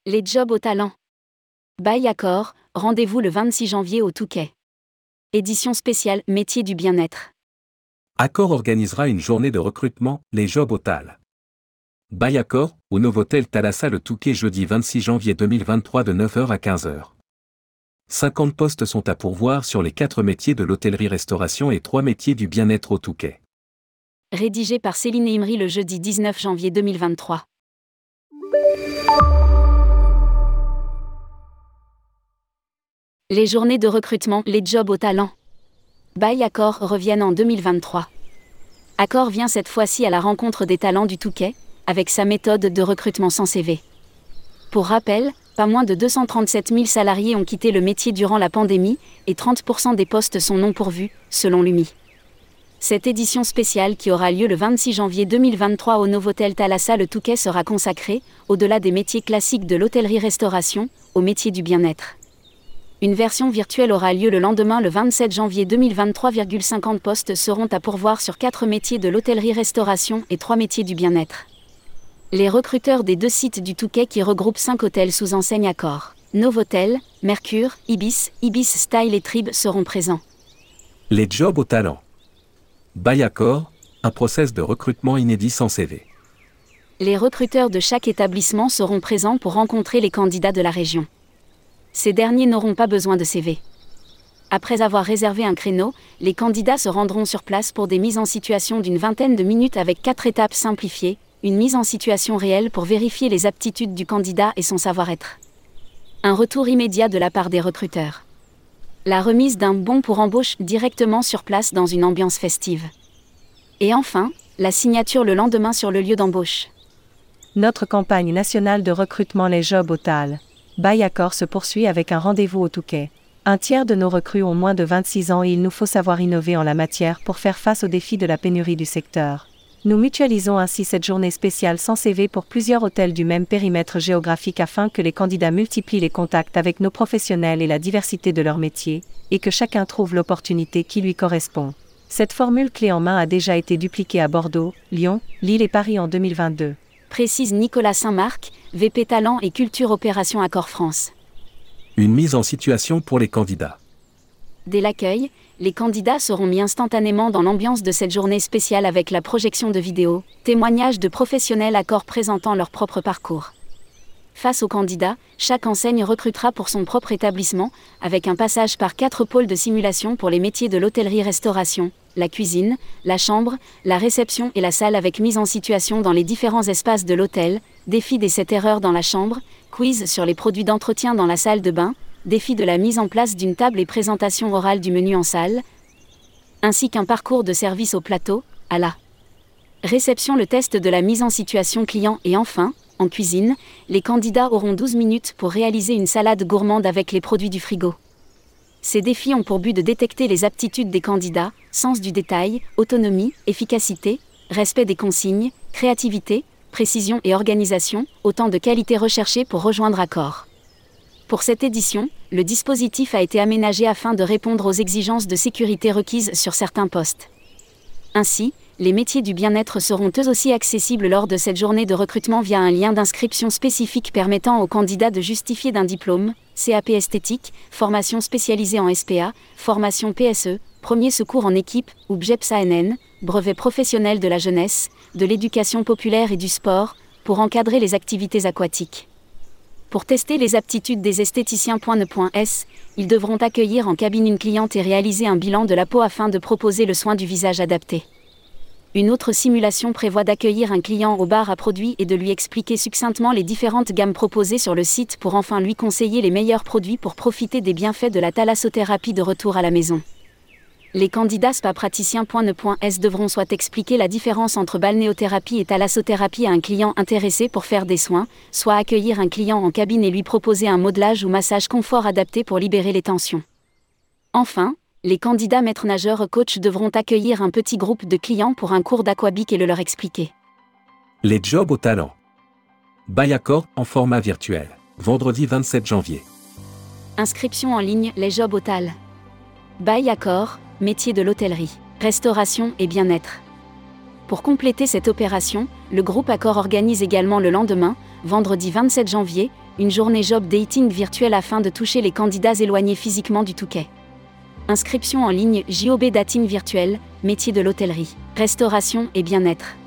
Les jobs au talent. By Accor, rendez-vous le 26 janvier au Touquet. Édition spéciale Métier du bien-être. Accor organisera une journée de recrutement, les jobs au TAL. By Accor, au Novotel Thalassa le Touquet jeudi 26 janvier 2023 de 9h à 15h. 50 postes sont à pourvoir sur les 4 métiers de l'hôtellerie-restauration et 3 métiers du bien-être au Touquet. Rédigé par Céline Imri le jeudi 19 janvier 2023. Les journées de recrutement, les jobs au talent. By Accor reviennent en 2023. Accor vient cette fois-ci à la rencontre des talents du Touquet, avec sa méthode de recrutement sans CV. Pour rappel, pas moins de 237 000 salariés ont quitté le métier durant la pandémie, et 30% des postes sont non pourvus, selon l'UMI. Cette édition spéciale qui aura lieu le 26 janvier 2023 au Novotel Thalassa le Touquet sera consacrée, au-delà des métiers classiques de l'hôtellerie-restauration, aux métiers du bien-être. Une version virtuelle aura lieu le lendemain le 27 janvier 2023. 50 postes seront à pourvoir sur 4 métiers de l'hôtellerie-restauration et 3 métiers du bien-être. Les recruteurs des 2 sites du Touquet qui regroupent 5 hôtels sous enseigne Accor, Novotel, Mercure, Ibis Style et Trib seront présents. Les jobs au talent. By Accor, un process de recrutement inédit sans CV. Les recruteurs de chaque établissement seront présents pour rencontrer les candidats de la région. Ces derniers n'auront pas besoin de CV. Après avoir réservé un créneau, les candidats se rendront sur place pour des mises en situation d'une vingtaine de minutes avec 4 étapes simplifiées, une mise en situation réelle pour vérifier les aptitudes du candidat et son savoir-être. Un retour immédiat de la part des recruteurs. La remise d'un bon pour embauche directement sur place dans une ambiance festive. Et enfin, la signature le lendemain sur le lieu d'embauche. Notre campagne nationale de recrutement Les jobs au TAL. By Accor se poursuit avec un rendez-vous au Touquet. Un tiers de nos recrues ont moins de 26 ans et il nous faut savoir innover en la matière pour faire face aux défis de la pénurie du secteur. Nous mutualisons ainsi cette journée spéciale sans CV pour plusieurs hôtels du même périmètre géographique afin que les candidats multiplient les contacts avec nos professionnels et la diversité de leur métier, et que chacun trouve l'opportunité qui lui correspond. Cette formule clé en main a déjà été dupliquée à Bordeaux, Lyon, Lille et Paris en 2022. Précise Nicolas Saint-Marc, VP Talent et Culture Opération Accor France. Une mise en situation pour les candidats. Dès l'accueil, les candidats seront mis instantanément dans l'ambiance de cette journée spéciale avec la projection de vidéos, témoignages de professionnels Accor présentant leur propre parcours. Face aux candidats, chaque enseigne recrutera pour son propre établissement, avec un passage par 4 pôles de simulation pour les métiers de l'hôtellerie-restauration, la cuisine, la chambre, la réception et la salle avec mise en situation dans les différents espaces de l'hôtel, défi des 7 erreurs dans la chambre, quiz sur les produits d'entretien dans la salle de bain, défi de la mise en place d'une table et présentation orale du menu en salle, ainsi qu'un parcours de service au plateau, à la réception, le test de la mise en situation client et enfin, en cuisine, les candidats auront 12 minutes pour réaliser une salade gourmande avec les produits du frigo. Ces défis ont pour but de détecter les aptitudes des candidats, sens du détail, autonomie, efficacité, respect des consignes, créativité, précision et organisation, autant de qualités recherchées pour rejoindre Accor. Pour cette édition, le dispositif a été aménagé afin de répondre aux exigences de sécurité requises sur certains postes. Ainsi, les métiers du bien-être seront eux aussi accessibles lors de cette journée de recrutement via un lien d'inscription spécifique permettant aux candidats de justifier d'un diplôme, CAP esthétique, formation spécialisée en SPA, formation PSE, premier secours en équipe, ou BJEPS-ANN, brevet professionnel de la jeunesse, de l'éducation populaire et du sport, pour encadrer les activités aquatiques. Pour tester les aptitudes des esthéticiens. Ils devront accueillir en cabine une cliente et réaliser un bilan de la peau afin de proposer le soin du visage adapté. Une autre simulation prévoit d'accueillir un client au bar à produits et de lui expliquer succinctement les différentes gammes proposées sur le site pour enfin lui conseiller les meilleurs produits pour profiter des bienfaits de la thalassothérapie de retour à la maison. Les candidats spa-praticiens. Devront soit expliquer la différence entre balnéothérapie et thalassothérapie à un client intéressé pour faire des soins, soit accueillir un client en cabine et lui proposer un modelage ou massage confort adapté pour libérer les tensions. Enfin, les candidats maîtres nageurs coach devront accueillir un petit groupe de clients pour un cours d'aquabic et le leur expliquer. Les jobs au talent. By Accor en format virtuel. Vendredi 27 janvier. Inscription en ligne, les jobs au TAL. By Accor, métier de l'hôtellerie, restauration et bien-être. Pour compléter cette opération, le groupe Accor organise également le lendemain, vendredi 27 janvier, une journée job dating virtuelle afin de toucher les candidats éloignés physiquement du Touquet. Inscription en ligne JOB Dating virtuel, métier de l'hôtellerie, restauration et bien-être.